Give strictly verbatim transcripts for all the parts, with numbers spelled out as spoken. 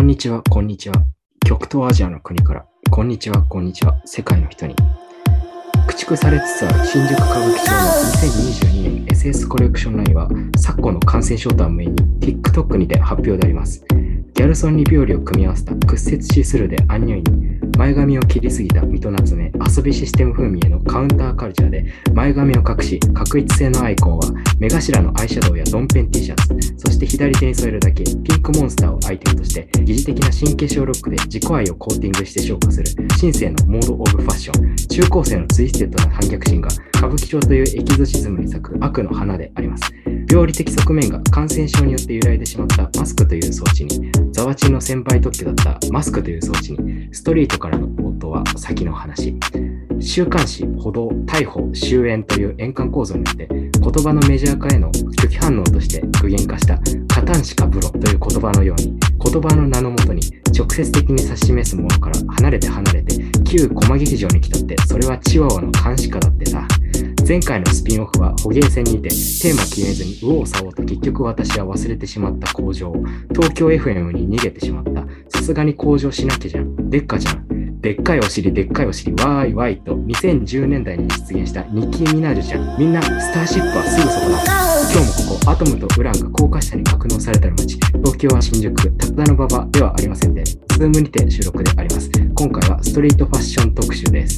んにちは、こんにちは。極東アジアの国から、こんにちは、こんにちは、世界の人に。駆逐されつつある新宿歌舞伎町のにせんにじゅうにねん エスエス コレクションラインは、昨今の感染症とは無縁に TikTok にて発表であります。ギャルソンに病理を組み合わせた屈折指数でアンニュイに、前髪を切りすぎた水戸夏目、遊びシステム風味へのカウンターカルチャーで前髪を隠し、確一性のアイコンは目頭のアイシャドウやドンペン T シャツ、そして左手に添えるだけピンクモンスターをアイテムとして疑似的な神経症ロックで自己愛をコーティングして昇華する新世のモードオブファッション、中高生のツイステッドな反逆心が歌舞伎町というエキゾシズムに咲く悪の花であります。病理的側面が感染症によって揺らいでしまったマスクという装置に、ザワチンの先輩特許だったマスクという装置に、ストリートからの応答は先の話。週刊誌、歩道、逮捕、終焉という円環構造によって言葉のメジャー化への拒否反応として具現化したカタンシカブロという言葉のように、言葉の名のもとに直接的に指し示すものから離れて離れて旧コマ劇場に来たって、それはチワワの監視下だってさ。前回のスピンオフは捕鯨船にてテーマ決めずに右往左往と結局私は忘れてしまった工場を東京 エフエム に逃げてしまった。さすがに向上しなきゃじゃん。でっかじゃん。でっかいお尻でっかいお尻わーいわーいとにせんじゅうねんだいに出現したニッキー・ミナージュじゃん。みんなスターシップはすぐそこだ。今日もここアトムとウランが高架下に格納されたる街、東京は新宿たったの馬場ではありませんで、ズームにて収録であります。今回はストリートファッション特集です。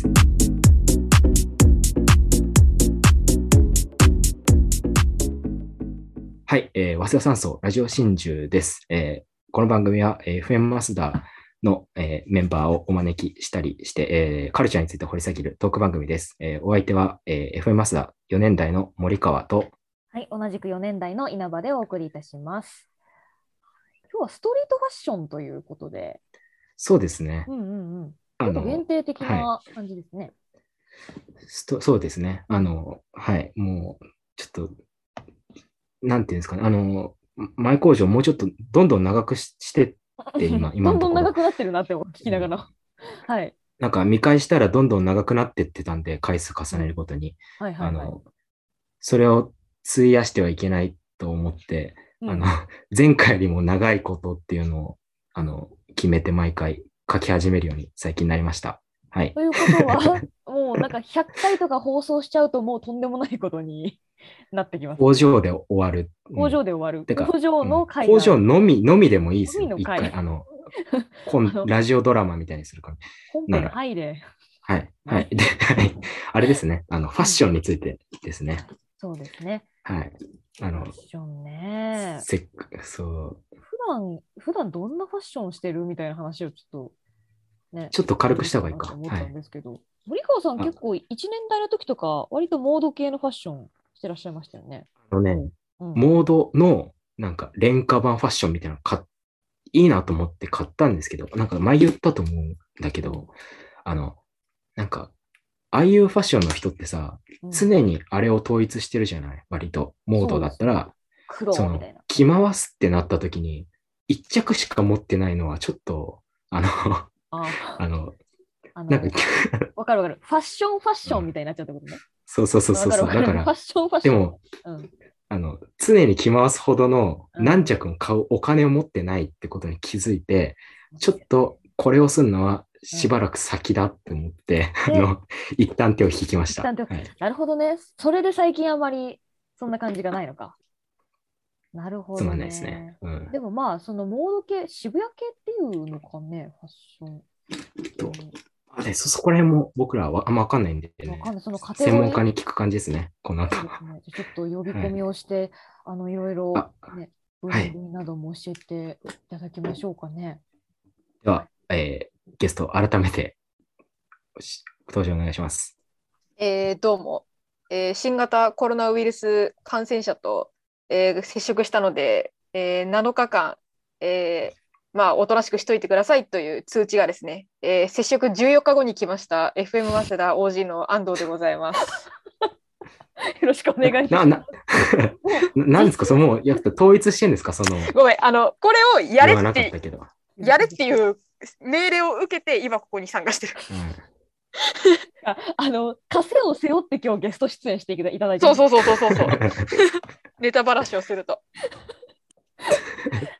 はい、えー、早稲田山荘ラジオ真珠です。えー、この番組は、えー、エフエム マスダの、えー、メンバーをお招きしたりして、えー、カルチャーについて掘り下げるトーク番組です。えー、お相手は、えー、エフエム マスダよねん代の森川と、 はい、同じくよねん代の稲葉でお送りいたします。今日はストリートファッションということで。 そうですね。 うんうんうん。ちょっと限定的な感じですね。 はい、そうですね。あの、はい、もう、ちょっと、なんていうんですかね、あの、前工場もうちょっとどんどん長くししてって、今、今どんどん長くなってるなって聞きながら。うん、はい。 なんか見返したらどんどん長くなってってたんで、回数重ねるごとに。うん、はいはいはい、あの、それを費やしてはいけないと思って、うん、あの、前回よりも長いことっていうのを、あの、決めて毎回書き始めるように最近になりました。はい。 ということは、もうなんかひゃっかいとか放送しちゃうともうとんでもないことになってきます、ね。 工場で終わる。 工場で終わる。 うん、 工場の回、 うん、工場のみ、のみでもいいですよ。 一回。 あの、ラジオドラマみたいにするから。 本編入れ。 はい。はい。で、あれですね。あの、ファッションについてですね。 そうですね。 はい。あの、 ファッションね。 せっそう。 普段、普段どんなファッションしてるみたいな話をちょっと、ね。 ちょっと軽くした方がいいか。 思ったんですけど、はい、森川さん結構いちねん代の時とか、割とモード系のファッションしてらっしゃいましたよね。 あのね、うん、モードのなんか廉価版ファッションみたいなの買っいいなと思って買ったんですけど、なんか前言ったと思うんだけど、あの、なんか、ああいうファッションの人ってさ、うん、常にあれを統一してるじゃない、割と。モードだったら、 黒みたいな。 着回すってなった時に、一着しか持ってないのはちょっと、あの、あ, あの、 あのなんか、わかるわかる。ファッションファッションみたいになっちゃうってことね。うん、 そうそうそうそう。だから、 ファッションファッション。 でも、うん、あの、常に着回すほどの何着も買うお金を持ってないってことに気づいて、うん、ちょっとこれをするのはしばらく先だって思って、うん、あの、一旦手を引きました。はい、 なるほどね。それで最近あまりそんな感じがないのか。なるほどね。 そうなんですね。うん、 でもまあ、そのモード系、渋谷系っていうのかね、ファッション。 とあれ そ, そこら辺も僕らはあんま分かんないんで、ね、 かんないその専門家に聞く感じですね、この後。 そうですね、ちょっと呼び込みをして、はい、あのいろいろ、ね、分類なども教えていただきましょうかね。 では、えー、ゲスト改めてご登場お願いします。 えー、どうも、えー、新型コロナウイルス感染者と、えー、接触したので、えー、なのかかん、えーまあ、おとなしくしといてくださいという通知がですね、えー、接触じゅうよっかごに来ました エフエム 早稲田 オージー の安藤でございます。 よろしくお願いします。 な、な、なんですか、そのもう、やっぱ統一してるんですか、その。 ごめん、あの、これをやれって、やれっていう命令を受けて、今ここに参加してる。うんあ, あの枷を背負って今日ゲスト出演していただいて、 そうそうそうそうそうネタばらしをすると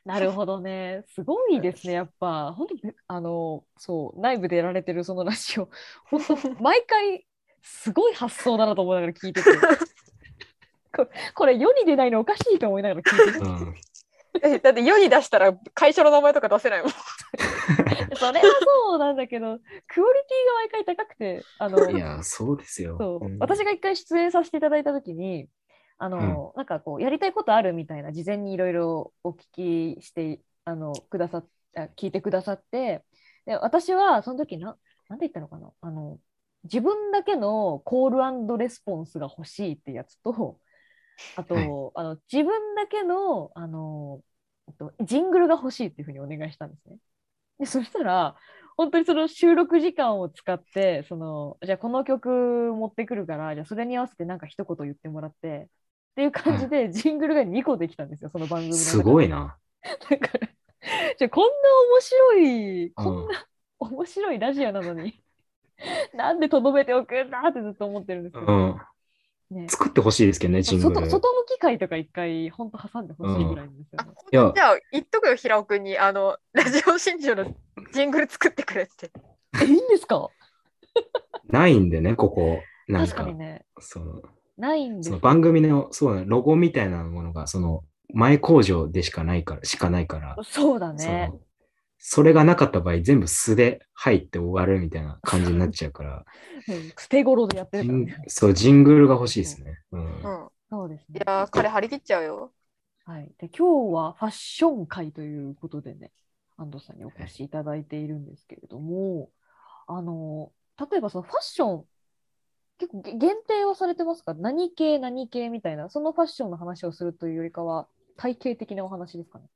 なるほどね。すごいですね、やっぱ。本当に、あの、そう、内部でやられてるそのラジオ、本当、毎回、すごい発想だなと思いながら聞いてて、これ、これ世に出ないのおかしいと思いながら聞いてて。 うん、 えだって世に出したら会社の名前とか出せないもん。 それはそうなんだけど、クオリティが毎回高くて、あの、 いや、そうですよ。 そう、 うん、 私が一回出演させていただいたときに、あうんの、なんかこう、やりたいことあるみたいな、事前にいろいろお聞きして、あの、くださっあ聞いてくださって、で、私はその時な、なんて言ったのかな、あの、自分だけのコール&レスポンスが欲しいってやつと、あはいと、あの、自分だけの、あの、えっとジングルが欲しいっていうふうにお願いしたんですね。で、そしたら、本当にその収録時間を使って、その、じゃあこの曲持ってくるから、じゃあそれに合わせてなんか一言言ってもらって、っていう感はい。 じで、ジングルがにこできたんですよ、その番組のす中で。 ごいな。 だから、じゃあこんな面白い、 うん。 こんな面白いラジオなのに、なんでとどめておくんだってずっと思ってるんですけど、 うん。 ね、 作ってほしいですけどね、ジング外、 ル。 外向き会とか一回、本当挟んでほしいぐらいなんですよあ、 ね。 いや、 じゃあ言っとくよ、平尾くんに、あの、ラジオ新庄のジングル作ってくれって。 え、いいんですか？ ないんでね、ここ。なんか、 確かにね、 その、 ないんですよ。 その番組の、そうだね、ロゴみたいなものが、その、前工場でしかないから、しかないから、 そうだね。 その、それがなかった場合、全部素で入って終わるみたいな感じになっちゃうから、 うん、捨て頃でやってるジン、 からね。 そう、ジングルが欲しいですね。ううん。 ん。 そうですね。 いやー、彼張り切っちゃうよ。 はい。で、今日はファッション会ということでね、安藤さんにお越しいただいているんですけれども、あの、例えばそのファッション、結構げ限定はされてますか？何系、何系みたいな、そのファッションの話をするというよりかは、体系的なお話ですかね。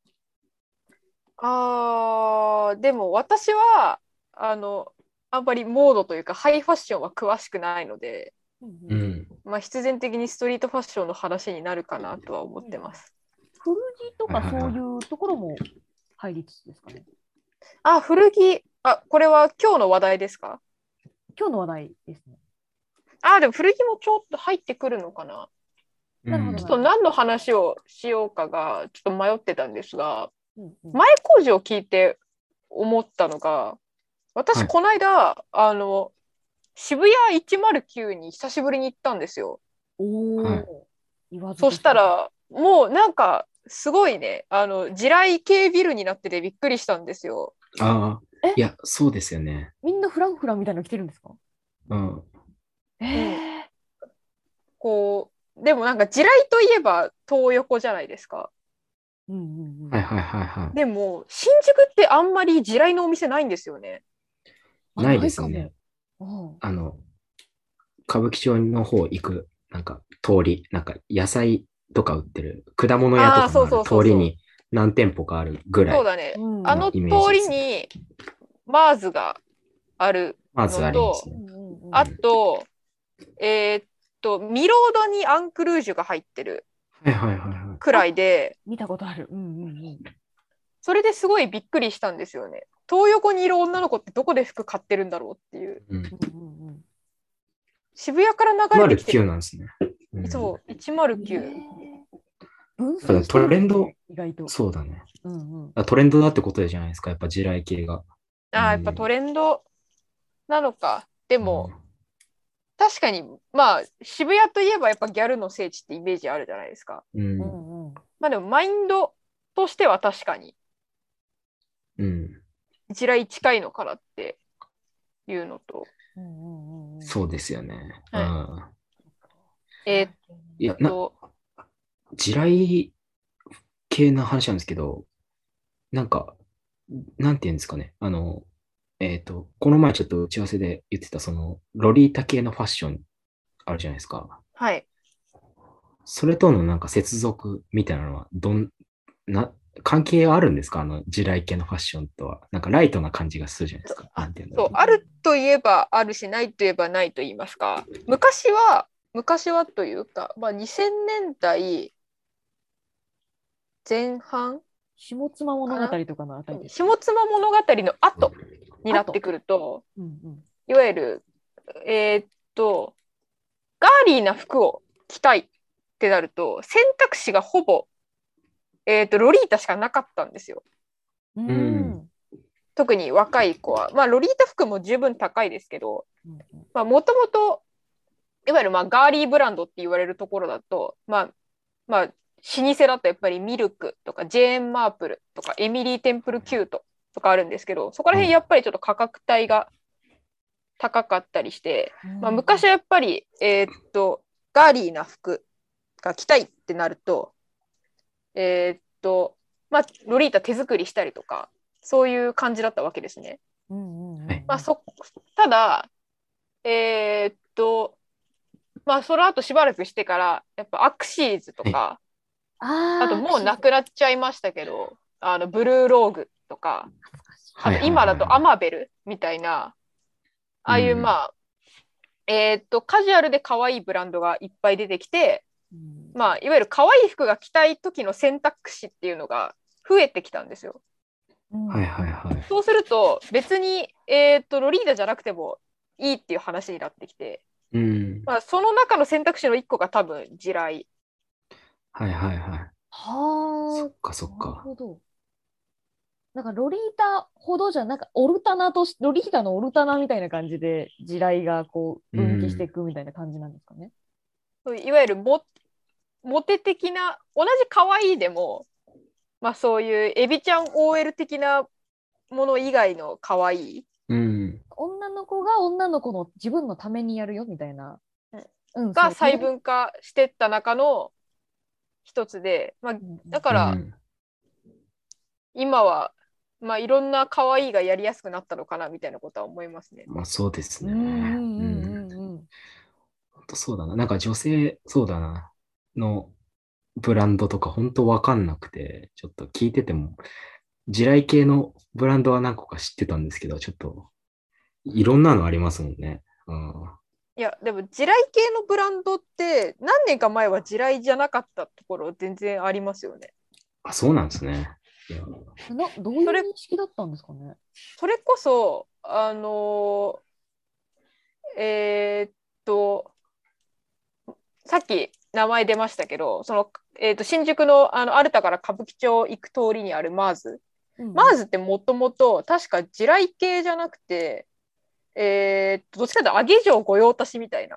あー、でも私は、あの、あんまりモードというか、ハイファッションは詳しくないので、 うんううんん。 まあ、必然的にストリートファッションの話になるかなとは思っうん、 てます。 古着とはいかそういはいはうところも入りつつですかね。 あ、古着。あ、これは今日の話題ですか？ 今日の話題ですね。 あ、でも古着もちょっと入ってくるのかな。 い。 なるほど、 うん。 ちょっと何の話をしようかがちょっと迷ってたんですが、 うんうん、 前工事を聞いて思ったのが、私はい。 この間、あの、渋谷いちまるきゅうに久しぶりに行ったんですよ。 はい。 おお、言わずそとして。 したら、もうなんか、すごいね、あの、地雷系ビルになっててびっくりしたんですよ。 ああ、 え、 いや、そうですよね。 みんなフランフランみたいなの着てるんですか？ うん。 えうん。 ー、 こう、でもなんか地雷といえば東横じゃないですか。 うんうんうん。 はいはいはいはでも、新宿ってあんまり地雷のお店ないんですよね。 い。 あ、 ないないかも。 ですね。 うんあの、歌舞伎町の方行く、なんか通り、なんか野菜とか売ってる、果物屋とああ、 かのあるそうそうそうそう。 通りに何店舗かあるぐらいそうだね。 うんうんあの通のイメージでりすね。 にマーズがあるまずありまのと、 すね。 うんうん。 あと、えーっと、ミロードにアンクルージュが入ってるはいはいはいはい。 くらいで、 見たことある。うんうんうん。 それですごいびっくりしたんですよね。東横にいる女の子ってどこで服買ってるんだろうっていう。 うん。 うんうんうん。 渋谷から流れてきていちまるきゅうる。 なんですね。うん、 そう、いちまるきゅう。 えー、分だから散してるんですトレンド、 ね、意外と。 そうだね。 うんうん。 あトレンドだってことじゃないですか、やっぱ地雷系が。うああ、やっぱトん。 レンドなのか。でうも、 ん、 確かに、まあ、渋谷といえばやっぱギャルの聖地ってイメージあるじゃないですか。 う。 うんんうん。 まあでも、マインドとしては確かに、 うん。 地雷近いのかなっていうのと、 うんうんうんうん。 そうですよね。うはい。 ん。 えーっいや、な、 と、 地雷系な話なんですけど、なんか、なんていうんですかね。あの、えっと、この前ちょっと打ち合わせで言ってた、その、ロリータ系のファッションあるじゃないですか。 はい。 それとのなんか接続みたいなのは、どん、な、関係はあるんですか？あの、地雷系のファッションとは。なんかライトな感じがするじゃないですか。なあ、 んていうんだろそう、あるといえばあるし、ないといえばないと言いますか。昔は、昔はというか、まあ、にせんねんだいぜん半下妻物かな。 語とかのあたりです。 下妻物語の後う。 になってくると、 うんうんいわゆる、えーっと、ガーリーな服を着たいってなると、選択肢がほぼえーと、ロリータしかなかったんですよ。 うんうん特に若い子は。まあ、ロリータ服も十分高いですけど、 うんまあ、もともと、いわゆるまあガーリーブランドって言われるところだと、まあ、まあ、老舗だとやっぱりミルクとかジェーン・マープルとかエミリー・テンプル・キュートとかあるんですけど、そこら辺やっぱりちょっと価格帯が高かったりして、まあ、昔はやっぱり、えーっと、ガーリーな服が着たいってなると、えーっと、まあ、ロリータ手作りしたりとか、そういう感じだったわけですね。 うんうんうんはいまあ、そただ、えーっと、まあ、その後しばらくしてから、やっぱアクシーズとか、あとああ、 もうなくなっちゃいましたけど、あのブルーローグとか、あとはいはい今だとアはマベルみたいな、ああいううんまあ、えーっと、カジュアルで可愛いブランドがいっぱい出てきて、 うんまあ、いわゆる可愛い服が着たい時の選択肢っていうのが増えてきたんですよ。 うんいはいはいはい。 そうすると、別に、えーっと、ロリータじゃなくてもいいっていう話になってきて、 うんまあ、その中の選択肢のいっこが多分地雷。 はいはいはい。そはっかそあ、なるっか。 ほど。なんかロリータほどじゃ、なんかオルタナとし、ロリータのオルタナみたいな感じで地雷がこう分岐していくみたいな感じなんですかね。 いわゆるモモテ的な、同じ可愛いでも、まあ、そういうエビちゃん オーエル 的なもの以外の可愛いうん女の子が女の子の自分のためにやるよみたいな。うん、そがう。 細分化してった中の一つで、まあ、 うんうんだからうん今は、まあ、いろんな可愛いがやりやすくなったのかなみたいなことは思いますね。 まあそうですね。 うんうんうんうん。 うんうん本当そうだな。なんか女性、そうだな。のブランドとか本当わかんなくて、ちょっと聞いてても、地雷系のブランドは何個か知ってたんですけど、ちょっといろんなのありますもんね。うんいや、でも地雷系のブランドって何年か前は地雷じゃなかったところ全然ありますよね。 あ、そうなんですね。いや、 な、どういうそれ認識だったんですかね。 それこそ、あのーえーっと、さっき名前出ましたけど、その、えーっと、新宿の、あの、アルタから歌舞伎町行く通りにあるマーズ。 うんうんマーズってもともと確か地雷系じゃなくて、えーっと、どっちかというと上城御用達みたいな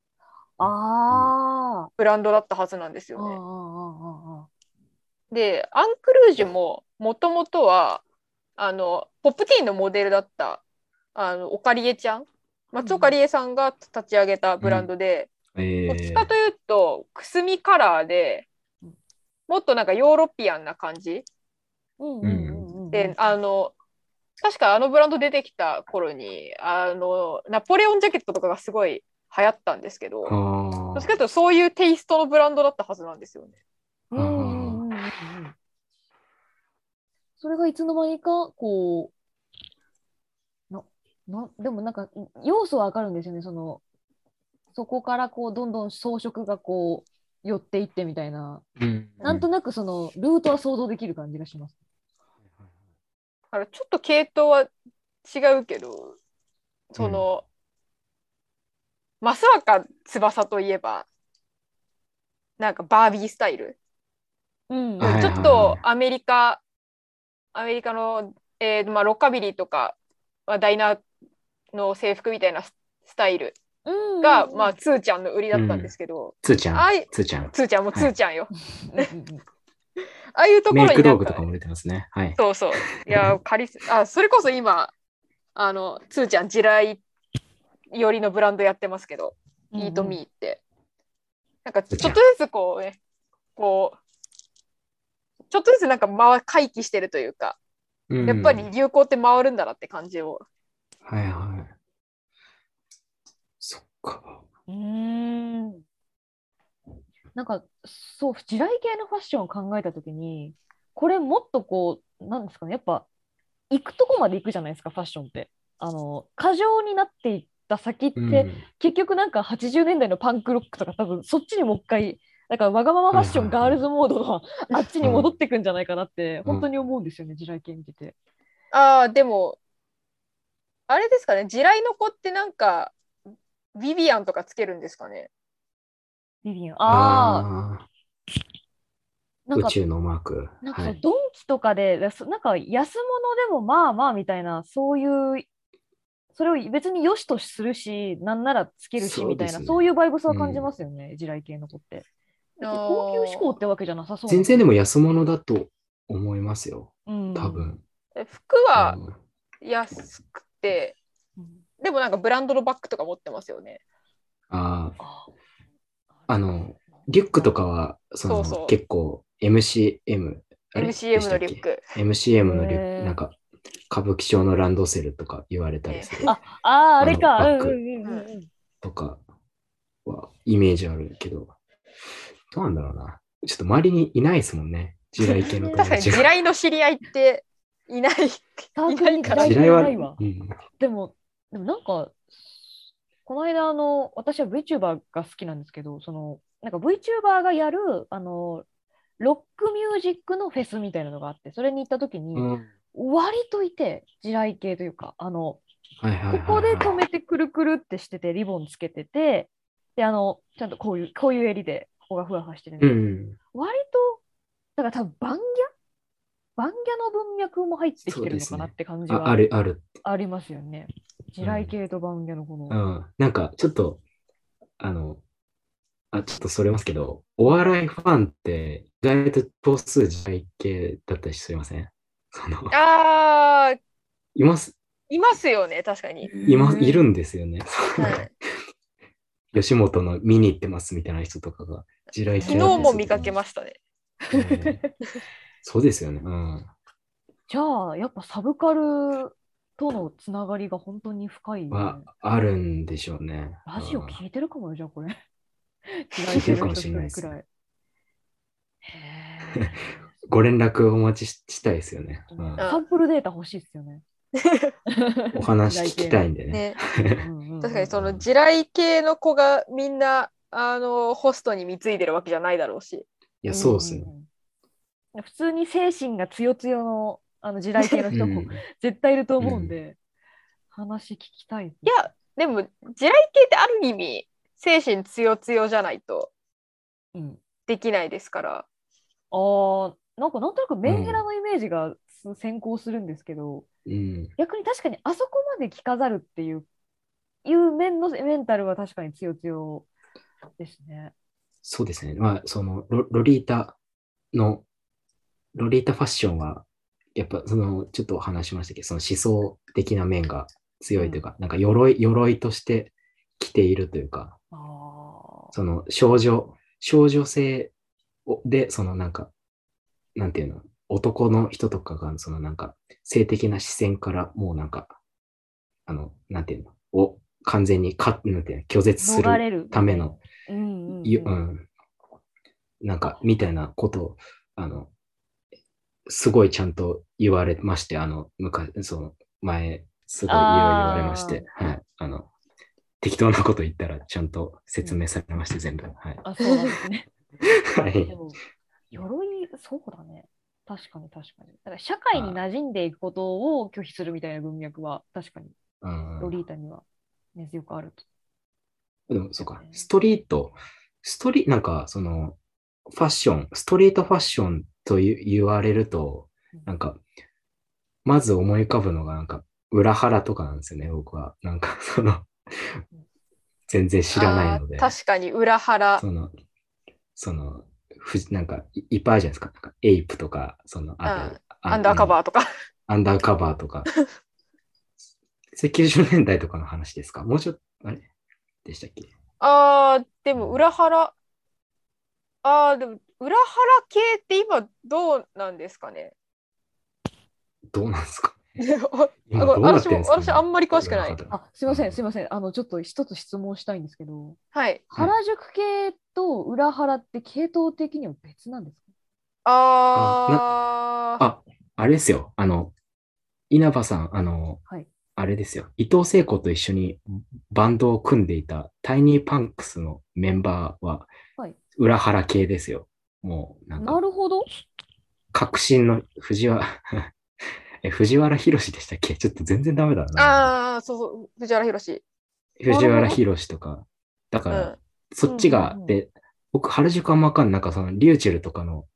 あーブランドだったはずなんですあー、あーよね。 あー、あで、アンクルージュももともとは、あの、ポップティーンのモデルだった、あの、オカリエちゃん、松岡理恵さんが立ち上げたブランドで、どっちかえというと、くすみカラーでうん、 もっとなんかヨーロピアンな感じ。 ーうんうんうんうんで、 うん。 あの、確かあのブランド出てきた頃に、あの、ナポレオンジャケットとかがすごい流行ったんですけー、 ど、どっちかというあとそういうテイストのブランドだったはずなんですよね。 うあ、 んうんうんうんうん。それがいつの間にか、こう、な、な、でもなんか、要素はわかるんですよね。その、そこからこう、どんどん装飾がこう、寄っていってみたいな。 うん。 なんとなくその、ルートは想像できる感じがします。 だからちょっと系統は違うけど、その、増若翼といえば、なんかバービースタイル。 うんうん。 ちょっはいはいはとアメリカ、アメリカの、えーまあ、ロッカビリーとか、まあ、ダイナーの制服みたいなススタイルうんうんが、 うんまあ、つーちゃんの売りだったんですけど、 い。つーちゃんああい、 つーちゃん。 つーちゃんもつーちゃんよ。 うんうんうんああいうとこメイクろになんか、 道具とかも出てますね。はい。 そうそう。いや、カリス、あ、それこそ今、あの、つーちゃん地雷寄りのブランドやってますけど、 うんうんイートミーって。なんか、ちつーちゃんょっとずつこうね、こう、ちょっとずつなんか回回帰してるというか、 うんやっぱり流行って回るんだなって感じを。 はいはい。そっか。 うーん。なんか、そう、地雷系のファッションを考えたときに、これもっとこう、なんですかね、やっぱ、行くとこまで行くじゃないですか、ファッションって。あの、過剰になっていった先って、 うん。 結局なんかはちじゅうねんだいのパンクロックとか多分そっちにもう一回、だからわがままファッションガールズモードのあっちに戻ってくんじゃないかなって本当に思うんですよね、地雷系見てて。 ああ、でも、あれですかね、地雷の子ってなんか、ビビアンとかつけるんですかね。 ビビアン。ああ、 ああ。 なんか、 宇宙のマーク。 なんかそう、 はい。 ドンキとかで、そなんか安物でもまあまあみたいな、そういう、それを別に良しとするし、なんならつけるしみたいな、 そうですね。 そういうバイブスは感じうん。 ますよね、地雷系の子って。 あ別に高級志向っーてわけじゃなさそうな全然でも感じ。 安物だと思いますよ。 うん。 多分。 え服うはん、 安くて、 うんでもなんかブランドのバッグとか持ってますよね。 ああ、 あ、 あの、リュックとかは、そのそうそう。 結構 エムシーエム、あれでエムシーエムしたっけ？ のリュック。 エムシーエム のリュック、 へーなんか歌舞伎町のランドセルとか言われたりね、 する、 あ、あー、ああのれか。うんバッグうんうんうんうん。 とかはイメージあるけど、どうなんだろうな。ちょっと周りにいないですもんね。地雷系の友確かに地達が。 雷の知り合いっていない、 サーいないから。 クルに地雷地雷は、 系いないわ。 うん、 でも、でもなんか、この間、あの、私は VTuber が好きなんですけど、その、なんか VTuber がやる、あの、ロックミュージックのフェスみたいなのがあって、それに行った時に、 うん、 割といて、地雷系というか、あの、 はいはいここで止はいはめてくるくるってしてて、リボンつけてて、で、あの、ちゃんとこういう、こういう襟で、ここがふわふわしてるんい。うで、 ん、 割と、だから多分、バンギャバンギャの文脈も入ってきそうてるですね。 のかなって感じあ、あはるある。 ありますよね。地雷系とバンギャのこうの。 ん、なんかちょっと、あの、あ、ちょっとそれますけど、お笑いファンって意外と少数地雷系だったりしません？その、 あー、 います、 いますよね、確かに。 います、いるんで。 ですよね。 はい、 吉本の見に行ってますみたいな人とかが地雷昨日系だったりすも見かると思うんです。 けましたね。 うんそうですよね。うん。 じゃあ、やっぱサブカルとのつながりが本当に深いよは、 ね。 あるんでしょうね。 ラジオうん聞いてるかもよ、じゃあこれ。地聞いてるかも雷系の人しれないですね。 一人くらい。へご連絡お待ちししたいですよね。うんーサンプルデータ欲しいっすよね。 お話聞きたいんでね。 ね、 ね。 確かにそのうん地雷系の子がみんなあのホストに貢いでるわけじゃないだろうし。 いや、そうですよ。 普通に精神が強強のあの地雷系のう人もん。 絶対いると思うんで、話聞きたい。 いや、でも地雷系ってある意味精神強強じゃないとうん、 できないですから。 あーなんかなんとなくメンヘラのイメージが先行するんですけど、 うん。 逆に確かにあそこまで着飾るっていういう面のメンタルは確かに強強ですね。 そうですね。まあ、そのロ、ロリータの、ロリータファッションは、やっぱ、その、ちょっと話しましたけど、その思想的な面が強いというか、なんか鎧、鎧として着ているというか、 あーその少女、少女性をで、そのなんか、なんていうの、男の人とかが、そのなんか、性的な視線からもうなんか、あの、なんていうの、を完全にか、なんていうの、拒絶す逃れるるための、 みたいな。うんうんいうんうん、なんか、みたいなことを、あの、すごいちゃんと言われまして、あの、昔、その、前、すごいいろいろ言われまして、はい、あの、適当なこと言ったらちゃんと説明されまして、全部。はい。 あ、そうなんですね。 はいで。も鎧、そうだね。確かに確かに。だから社会に馴染んでいくことを拒否するみたいな文脈は確かにうんロリータには根強くあると。 でも、そうか、ストリート、ストリ、なんか、その、ファッション、ストリートファッションと言言われると、なんか、まず思い浮かぶのが、なんか、裏腹とかなんですよね、僕は。なんか、その、全然知らないので。 あー確かに裏腹。 その、その、ふなんか、いいっぱいあるじゃないですか。なんかエイプとか、その、あと、 うんアンダーカバーとか。 アンダーカバーとか。それきゅうじゅうねんだいとかの話ですか？もうちょっと、あれでしたっけ？ あーでも裏腹。あーでも裏腹系って今どうなんですかね。 どうなんですか？ あ今どうなっ私もてんですかね？ 私あんまり詳しくない。 裏肌あ、すいません、 うんすいません。あの、ちょっと一つ質問したいんですけど、 はい。 原宿系と裏腹って系統的には別なんですか？ あーあ、あれですよ。あの、稲葉さん、あの、 はい。 あれですよ。伊藤聖子と一緒にバンドを組んでいたタイニーパンクスのメンバーははい。 裏腹系ですよ。もう、なんか、 なるほど。 革新の藤原、え、藤原宏でしたっけ？ちょっと全然ダメだな。 あーそうそう藤原宏。 藤原宏とか。だから、 うんそっちが、 うんうんうんで、僕、原宿あんまわかんない。なんかその、リューチェルとかの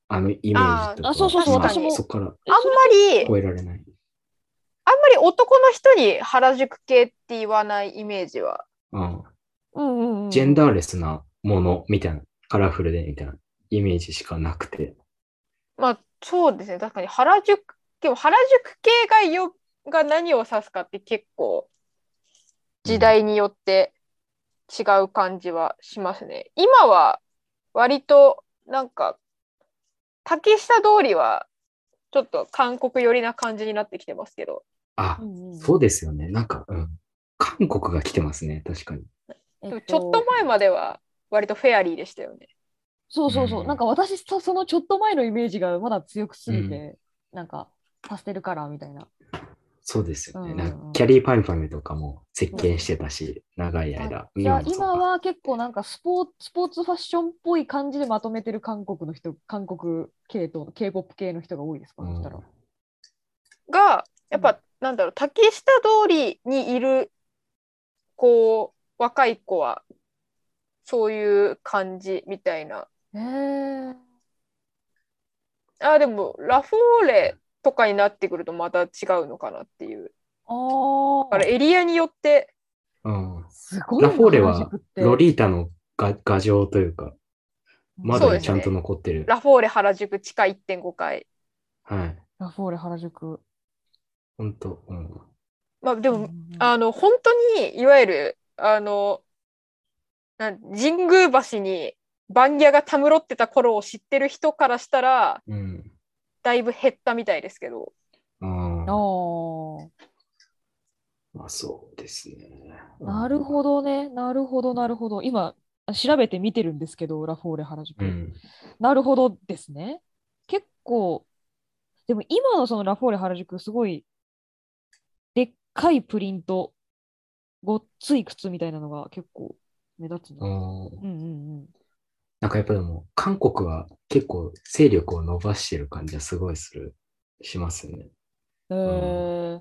あのイメージとか。 あそうそうそうまあ私もそこからあんまり超えられない。 あんまり男の人に原宿系って言わないイメージは。 うんうんうんうんうん、 ジェンダーレスなものみたいな、カラフルでみたいなイメージしかなくて。 まあそうですね。確かに原宿、でも原宿系がよが何を指すかって結構時代によって違う感じはしますね。うん、今は割となんか竹下通りはちょっと韓国寄りな感じになってきてますけど。 あ、 うんうん、 そうですよね。なんか、うん、韓国が来てますね、確かに。 でもちょっと前までは割とフェアリーでしたよね。 そうそうそう、 うんなんか私とそのちょっと前のイメージがまだ強くすぎて、 うんなんかパステルカラーみたいな。 そうですよね。 うんうんうんなんかキャリーパミュパミュとかも席巻してたし、長い間。 じゃあ今もそうか。 今は結構なんかスポーツ、スポーツファッションっぽい感じでまとめてる韓国の人、韓国系統、K-ポップ 系の人が多いですか、 うんそしたら。 が、やっぱ、なんだろう、竹下通りにいる、こう、若い子は、そういう感じみたいな。 へえ。 あ、でも、ラフォーレとかになってくるとまた違うのかなっていう。 ああ。 だからエリアによって、 うん、 すごいな、 ラフォーレ原は宿って。 ロリータの画画像というか、まだそうですねちゃんと残ってる。 ラフォーレ原宿地下いってんごかい。 はい。 ラフォーレ原宿。 本当、うん。 まあでも、 うんあの、本当に、いわゆる、あの、なん神宮橋にバンギャがたむろってた頃を知ってる人からしたら、 うん。 だいぶ減ったみたいですけど。 あああ、 あ。 まあそうですね。 なるほどね。なるほど、なるほど。今、調べてみてるんですけど、ラフォーレ原宿。 うん。 なるほどですね。結構、でも今のそのラフォーレ原宿、すごいでっかいプリント、ごっつい靴みたいなのが結構目立つな。 あうんーうんうん。 なんかやっぱでも、韓国は結構勢力を伸ばしてる感じはすごいする、しますよね。 えうん。 ー、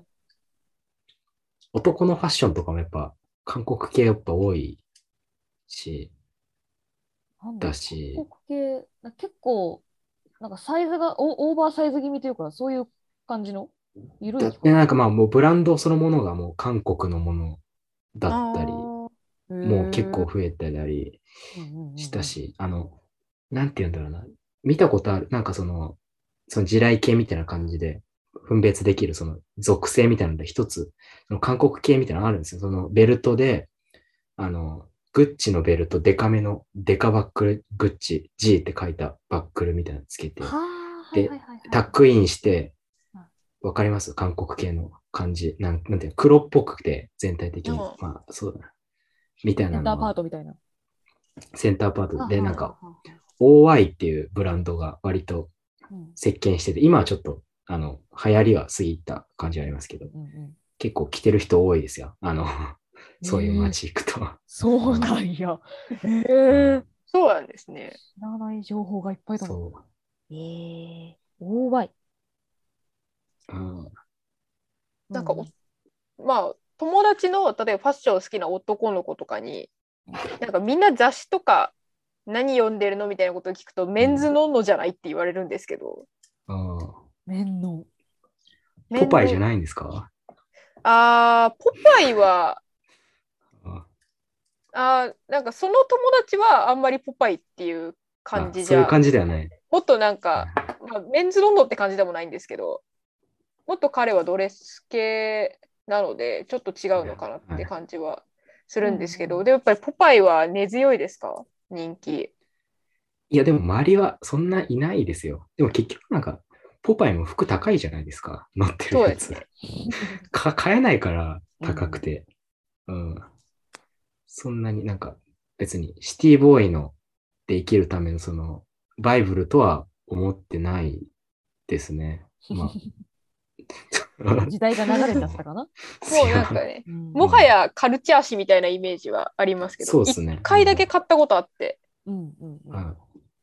男のファッションとかもやっぱ、韓国系やっぱ多いし、 なんだろう、 だし、 韓国系、な結構、なんかサイズがオ、オーバーサイズ気味というか、そういう感じの緩いだっ着こなの。 てなんかまあもうブランドそのものがもう韓国のものだあったり、 ーへもう結構ー増えたりうんうんうんうんしたし、あの、なんて言うんだろうな。見たことある、なんかその、その地雷系みたいな感じで分別できるその属性みたいなので一つ、その韓国系みたいなのがあるんですよ。そのベルトで、あの、グッチのベルト、デカめの、デカバックル、グッチ、G って書いたバックルみたいなのつけて、 はあ、はいではいはいはい。 タックインして、 うんわかります韓国系の感じ。なん、なんていうの黒っぽくて、全体的に。 うんまあ、そうだな。みたいセンターなのは、 パートみたいな。 センターパートで、 ははなんか、 ははオーワイ っていうブランドが割とうん席巻してて、今はちょっと、あの、流行りは過ぎた感じはありますけど、 うんうん結構着てる人多いですよ。あの、そういうえー街行くと。 そうなんや。えうー、 んそうなんですね。 知らない情報がいっぱいだな。 そえー、オーワイ。 う。うんなんかうんお、まあ、友達の、例えばファッション好きな男の子とかに、なんかみんな雑誌とか何読んでるのみたいなことを聞くと、メンズノンノじゃないって言われるんですけど、 うん面の。 ポパイじゃいないんですか？ あー、ポパイは、 うんあー、なんかその友達はあんまりポパイっていう感あ、 じじゃ、 そういう感じではない。 もっとなんか、まあ、メンズノンノって感じでもないんですけど、もっと彼はドレス系なので、ちょっと違うのかなって感じはするんですけど、 うんうんで、やっぱりポパイは根強いですか？人気。 いや、でも周りはそんないないですよ。でも結局なんか、ポパイも服高いじゃないですか。乗ってるやつ。 そうですね。 か、買えないから高くて。うん。そんなになんか、別にシティボーイので生きるためのその、バイブルとは思ってないですね。まあ。 時代が流れちゃったかな。 もうなんかね、 うんもはやカルチャー誌みたいなイメージはありますけど、一そうですね。 回だけ買ったことあって、 うんうんうんうん。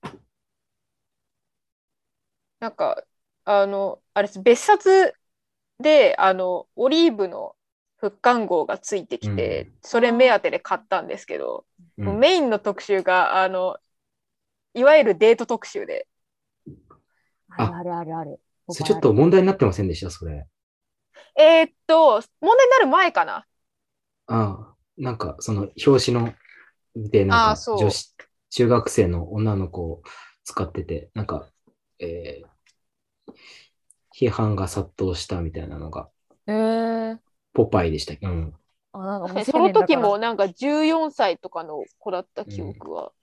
なんか、あの、あれです、別冊で、あの、オリーブの復刊号がついてきて、 うんそれ目当てで買ったんですけど、 うんメインの特集が、あの、いわゆるデート特集で、 あるあるあるある。ポパイそれちょっと問題になってませんでした、それ。 えーっと、問題になる前かな。 ああ、なんか、その、表紙の、で、なんか、 ああそう女子、中学生の女の子を使ってて、なんか、えー批判が殺到したみたいなのが、 えー、 ポパイでしたっけ。うん。 あ、なんか未その成年だから。 時もなんかじゅうよんさいとかの子だった記憶は。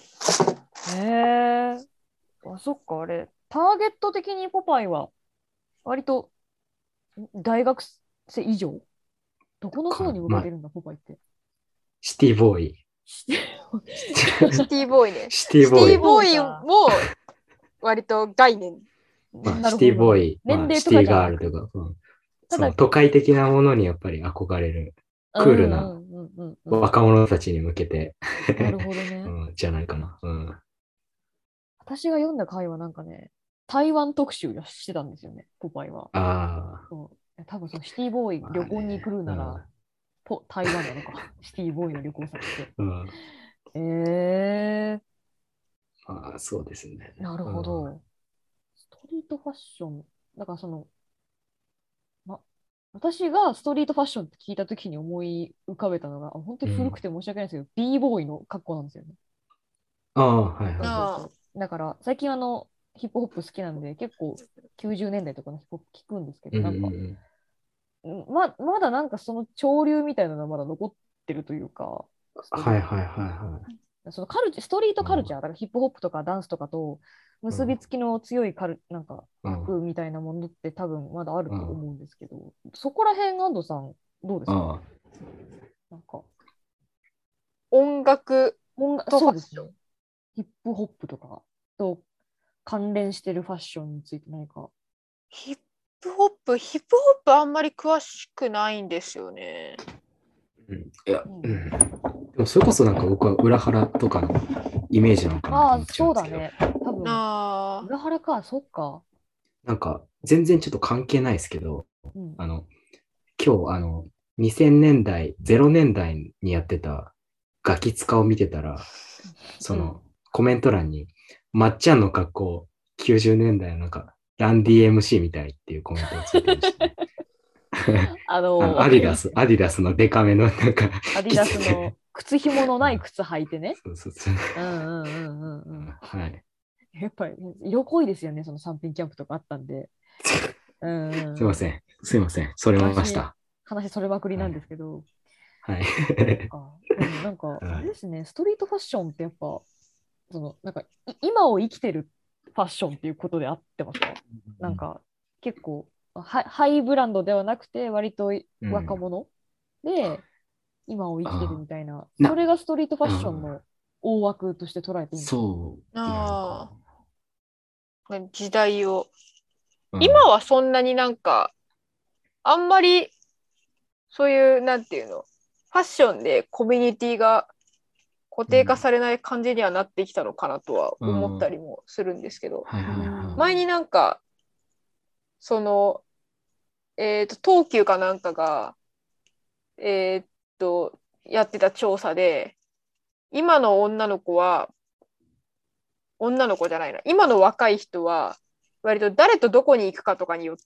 えー、あ、そっか、あれ。ターゲット的にポパイは、割と、大学生以上どこの層に向けてるんだ、ポパイって。 シティボーイ。 シティボーイね。 シティボーイシティ。ボーイも割と概念。 まあ、 なるほどシティボーイ、 年まあ、 齢とかじゃシティガーなくて。 ルとか、うんただその都会的なものにやっぱり憧れる、クールなうんうんうんうん若者たちに向けて、 なるほどね。 うん、じゃないかな。うん。 私が読んだ回はなんかね、台湾特集してたんですよね、ポパイは。 あそう多分そのシティボーイあ、まあね旅行に来るなら、 うんポ台湾なのか、シティボーイの旅行先って。 うん、 えまあ、そうですね。 ー、なるほど。ストリートファッション、だからその、ま、私がストリートファッションって聞いたときに思い浮かべたのが、あ本当に古くて申し訳ないんですけど、b ボーイの格好なんですよね。 ああ、はいそうはあそうそうだから最近あのヒップホップ好きなんで結構きゅうじゅうねんだいとかのヒップホップ聞くんですけい。うど、 んなんか、 うんうんま、まだなんかその潮流みたいなのがまだ残ってるというか、ストリートはいはいはいはそのカルチストリートカルチャー、 うんだからヒップホップとかダンスとかと結びつきの強いカル、なんかい。うん服みたいなものって多分まだあるとうん思うんですけど、そこら辺、安藤さん、どうですか？ あなんか、 音楽音楽とそうですね。 ファッション。 ヒップホップとかと関連してるファッションについて何か。 ヒップホップ、ヒップホップあんまり詳しくないんですよね。 うんいや、 うんうん。でもそれこそなんか僕は裏腹とかのイメージなのかなとああ、 思っちゃうんですけど、 そうだね。多分、 ああ、 裏腹か、そっか。 なんか全然ちょっと関係ないですけど、 うん。 あの、今日あの、にせんねんだい、ゼロねんだいにやってたガキ使を見てたら、その、コメント欄に、まっちゃんの格好、きゅうじゅうねんだいのなんか、ランディー エムシー みたいっていうコメントをついてましたね。 あのあのアディダス、アディダスのデカめのなんか、 アディダス着てての靴紐のない靴履いてね。 そうそうそう。 うんうんうんうんうん。 はい。 やっぱり色濃いですよね、そのさん品キャンプとかあったんで。うんうんうんすいません。すいません。それました。 話それまくりなんですけど、 はい。 かでもなんか、 はいあれですね、ストリートファッションってやっぱ、そのなんかい今を生きてるファッションっていうことで合ってますか？なんか結構ハイ、ハイブランドではなくて、割と若者で今を生きてるみたいな、 なそれがストリートファッションの大枠として捉えていいんですか？ そう。 あ時代を。 うん今はそんなになんか、あんまり、そういう、なんていうの、ファッションでコミュニティが固定化されない感じにはなってきたのかなとは思ったりもするんですけど、 はいはいはい。 前になんか、その、えっと、東急かなんかが、えっと、やってた調査で、今の女の子は、女の子じゃないな、今の若い人は、割と誰とどこに行くかとかによって、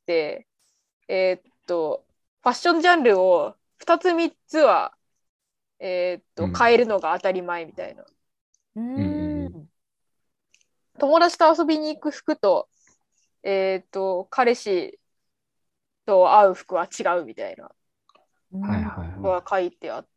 えっと、ファッションジャンルをふたつみっつは、えっと、 うん変えるのが当たり前みたいな。 ううんーん。 友達と遊びに行く服と、えっと、彼氏と会う服は違うみたいなはいはいのはが書いてあって、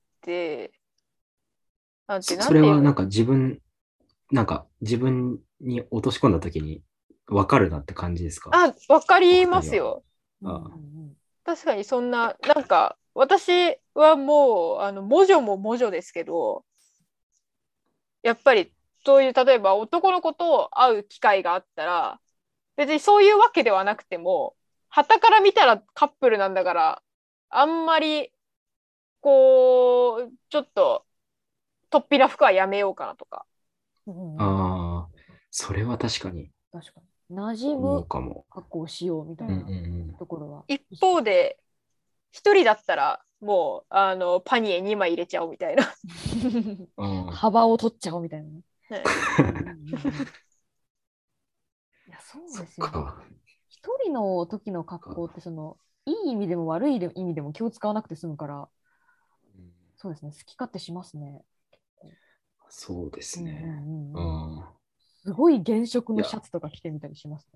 なんい。 て、なんそれていうのはなんか自分、なんか自分に落とし込んだときに分かるなって感じですか？ あ、わかりますよ。 あうんうん確かにそんな、なんか、私はもう、あの、文女も文女ですけど、やっぱり、そういう、例えば男の子と会う機会があったら、別にそういうわけではなくても、傍から見たらカップルなんだから、あんまり、こう、ちょっと、突飛な服はやめようかなとか。 うんうんあー、それは確かに確かに。馴染思うむかも。 格好をしようみたいうんなうんところは。 一方で、一人だったら、もう、あの、パニエにまい入れちゃおうみたいな。 うん。 幅を取っちゃおうみたいなね。 ねうんうんうんいや、そうそっですよね。 か。 一人の時の格好ってそのいい意味でも悪い意味でも気を使わなくて済むから、 うんそうですね、好き勝手しますね。 そうですうんうね。うんうんうん。 ん。 すごい原色いや、 のシャツとか着てみたりしますね。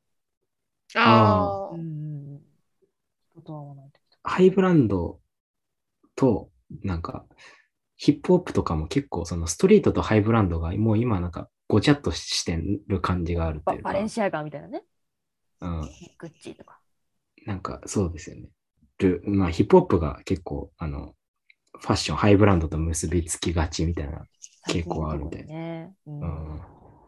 あああ、 うんうんうん。人と会わない時とあ、 か。 ハイブランドと、なんか、ヒップホップとかも結構、そのストリートとハイブランドがもう今なんかごちゃっとしてる感じがあるとバ、 いうか、 バレンシアガみたいなね。 うん、 グッチとか。 なんかそうですよね。るまあ、ヒップホップが結構、あの、ファッション、ハイブランドと結びつきがちみたいな傾最近特に向あるみたいで。 ね。ううんん。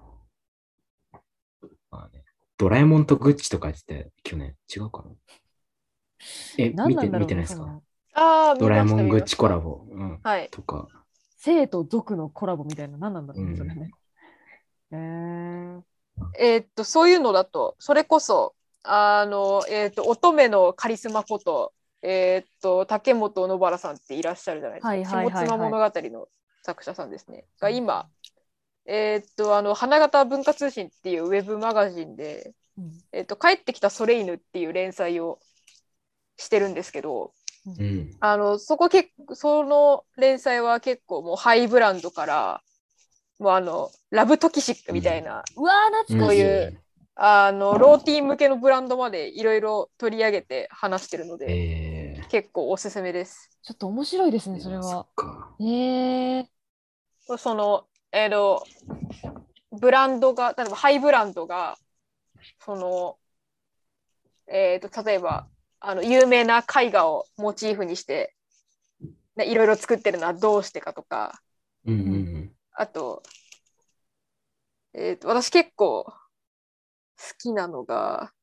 まあね、ドラえもんとグッチとか言ってて、去年。違うかな。え、見て、 何なんだろうね、 見てないですか？ その、 ああ、見ました、 ドラえもんグッ見ました。 チコラボ。うん。 はい。 とか。 生と族のコラボみたいな、何なんだろうね、それうん。 ね。えー、 えーっと、そういうのだと、それこそ、あの、えーっと、乙女のカリスマこと、えーっと、竹本野原さんっていらっしゃるじゃないですか。 はいはい下妻はいはい。 物語の作者さんですね。が今、えーっと、あの、花形文化通信っていうウェブマガジンで、 うんえーっと、帰ってきたソレイヌっていう連載をしてるんですけど、 うんうん、 うん。 あの、そこ結構、その連載は結構もうハイブランドから、もうあの、ラブトキシックみたいな、 うわー、 うん。 懐かしい。 そういうあのローティーン向けのブランドまでいろいろ取り上げて話してるので、 え結構おすすめです。 ちょっと面白いですー、 ね、 いや、そっそれは。 か。 えー、 その、えーと、ブランドが、例えばハイブランドが、その、えーと、例えば、あの、有名な絵画をモチーフにして、いろいろ作ってるのはどうしてかとか、 うんううんんあと、えーと、私結構好きなのが、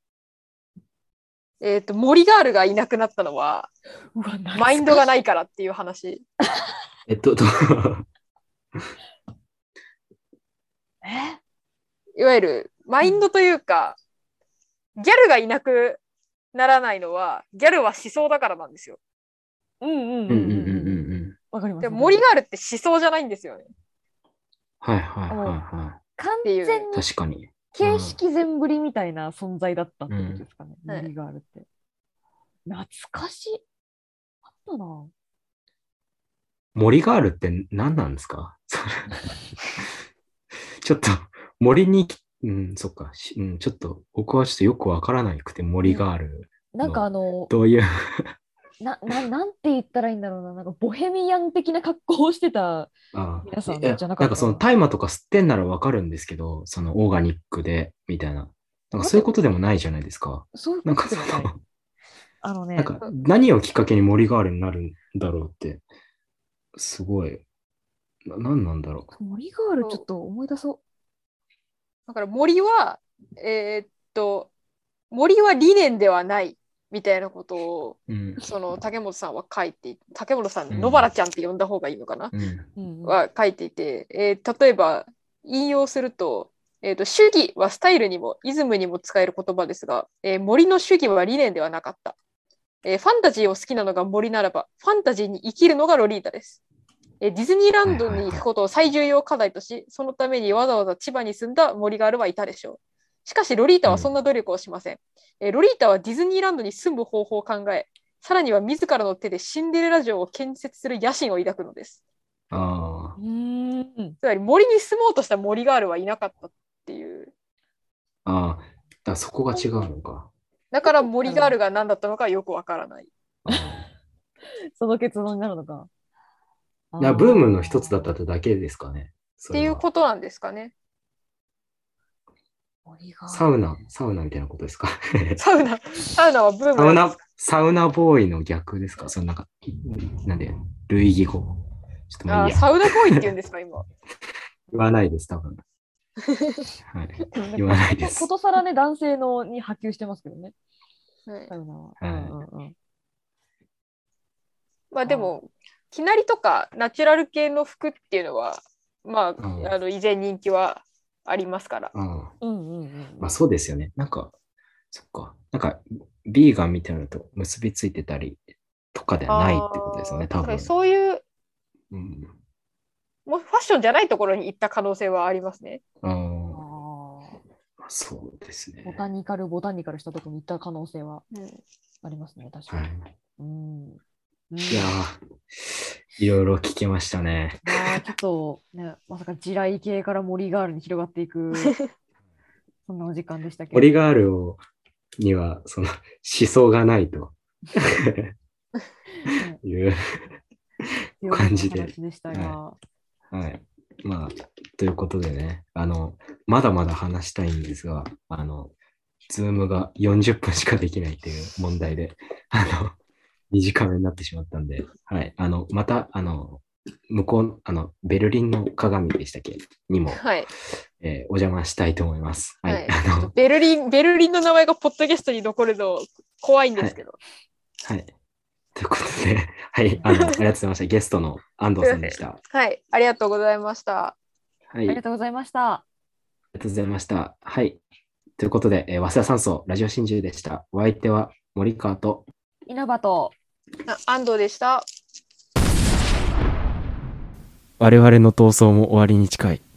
えーと、森ガールがいなくなったのは、 うわ、懐かしい。 マインドがないからっていう話。 えっと、とえいわゆる、マインドというか、ギャルがいなくならないのは、ギャルは思想だからなんですよ。 うんうんうんうんうんうんうんうんうん。 うん。 わかります。 でも、 わかります。 森ガールって思想じゃないんですよね。っはいはいはいもうは完ていう。 全にい。確かに。う形ん。 式全振りみたいな存在だったってことうん。 ですかね、 はい、 森ガールって。懐かしい。あったな。 森ガールって何なんですか？それちょっと森に、うん、そっか、しうん、ちょっと僕はちょっとよくわからなくて、森ね、 ガールなんかあの、 の、 どういうな、な、なんて言ったらいいんだろうな。なんかボヘミアン的な格好をしてたあ皆さいや、 んじゃなかなんかそのった。 大麻とか吸ってんならわかるんですけど、そのオーガニックで、みたいな。なんか待って、 そういうことでもないじゃないですか。 そういうこなんかとでもない。 その、 あのね、 なんか何をきっかけに森ガールになるんだろうって、すごい、な、なんなんだろ森ガールちょっと思い出そだから森は、えーっと、森は理念ではないみたいなことを、 う。うん。 その竹本さんは書いていて、竹本さん、 うん野原ちゃんって呼んだ方がいいのかな、 うん。 う。うんうん。 は書いていて、えー例えば引用すると、えーと、主義はスタイルにもイズムにも使える言葉ですが、えー森の主義は理念ではなかった。えーファンタジーを好きなのが森ならば、ファンタジーに生きるのがロリータです。えーディズニーランドに行くことを最重要課題とし、そのためにわざわざ千葉に住んだ森ガールはいたでしょう。しかし、ロリータはそんな努力をしません。えーロリータはディズニーランドに住む方法を考え、さらには自らの手でシンデレラ城を建設する野心を抱くのです。 あうーん。 つまり森に住もうとした森ガールはいなかったっていう。 あ、ああ、だからそこが違うのか。 だから森ガールが何だったのかよくわからない。 ああ。 その結論になるのか。あいや、ブームのー一つだったってだけですかね。 っていうそれは。 ことなんですかね。 森ガールサウナ、サウナみたいなことですか？ サウナ、サウナはブームサウナ、 なんですか？ サウナボーイの逆ですか？そのなんか、なんで、類義語。ちょっとまあいいあ、 や。 サウナボーイって言うんですか、今。 言わないです、多分。はい。 でもね言わないでことこす。 とさらね、男性のに波及してますけどね、 はい、 サウナは。 はいうんうんうん。 まあでも、きなりとかナチュラル系の服っていうのは、まあ、 うんあの依然人気はありますから。 ああ、 うんうんうんまあそうですよね。なんか、そっか。なんか、ビーガンみたいなのと結びついてたりとかではないってことですよね、多分。 そういう、 うん。 もうファッションじゃないところに行った可能性はありますね。 ああ、 あそうですね。 ボタニカル、ボタニカルしたところに行った可能性はうんありますね、確かはに。 い。 うん。うん、 いやー、いろいろ聞けましたね。 いやーちょっとね、まさか地雷系から森ガールに広がっていく、そんなお時間でしたけど。 オリガールをには、その思想がないとねいう強めの感じで。 話でしたが、 はい。まあ、ということでね、あの、まだまだ話したいんですが、あの、ズームがよんじゅっぷんしかできないという問題で、あの、短めになってしまったんで、はい。あの、また、あの、向こう、あの、ベルリンの鏡でしたっけにも、 はい。 えーお邪魔したいと思います。はい。 はいあの、 ベルリン、ベルリンの名前がポッドキャストに残るの怖いんですけど。 はい。ということで、はい。あの、ありがとうございました。ゲストの安藤さんでした。 はい。ありがとうございました。 はい。ありがありがとうございました。 とうございました。はい。ということで、えー、早稲田山荘ラジオ真珠でした。お相手は森川と、 稲葉と、 あ安藤でした。 我々の闘争も終わりに近い。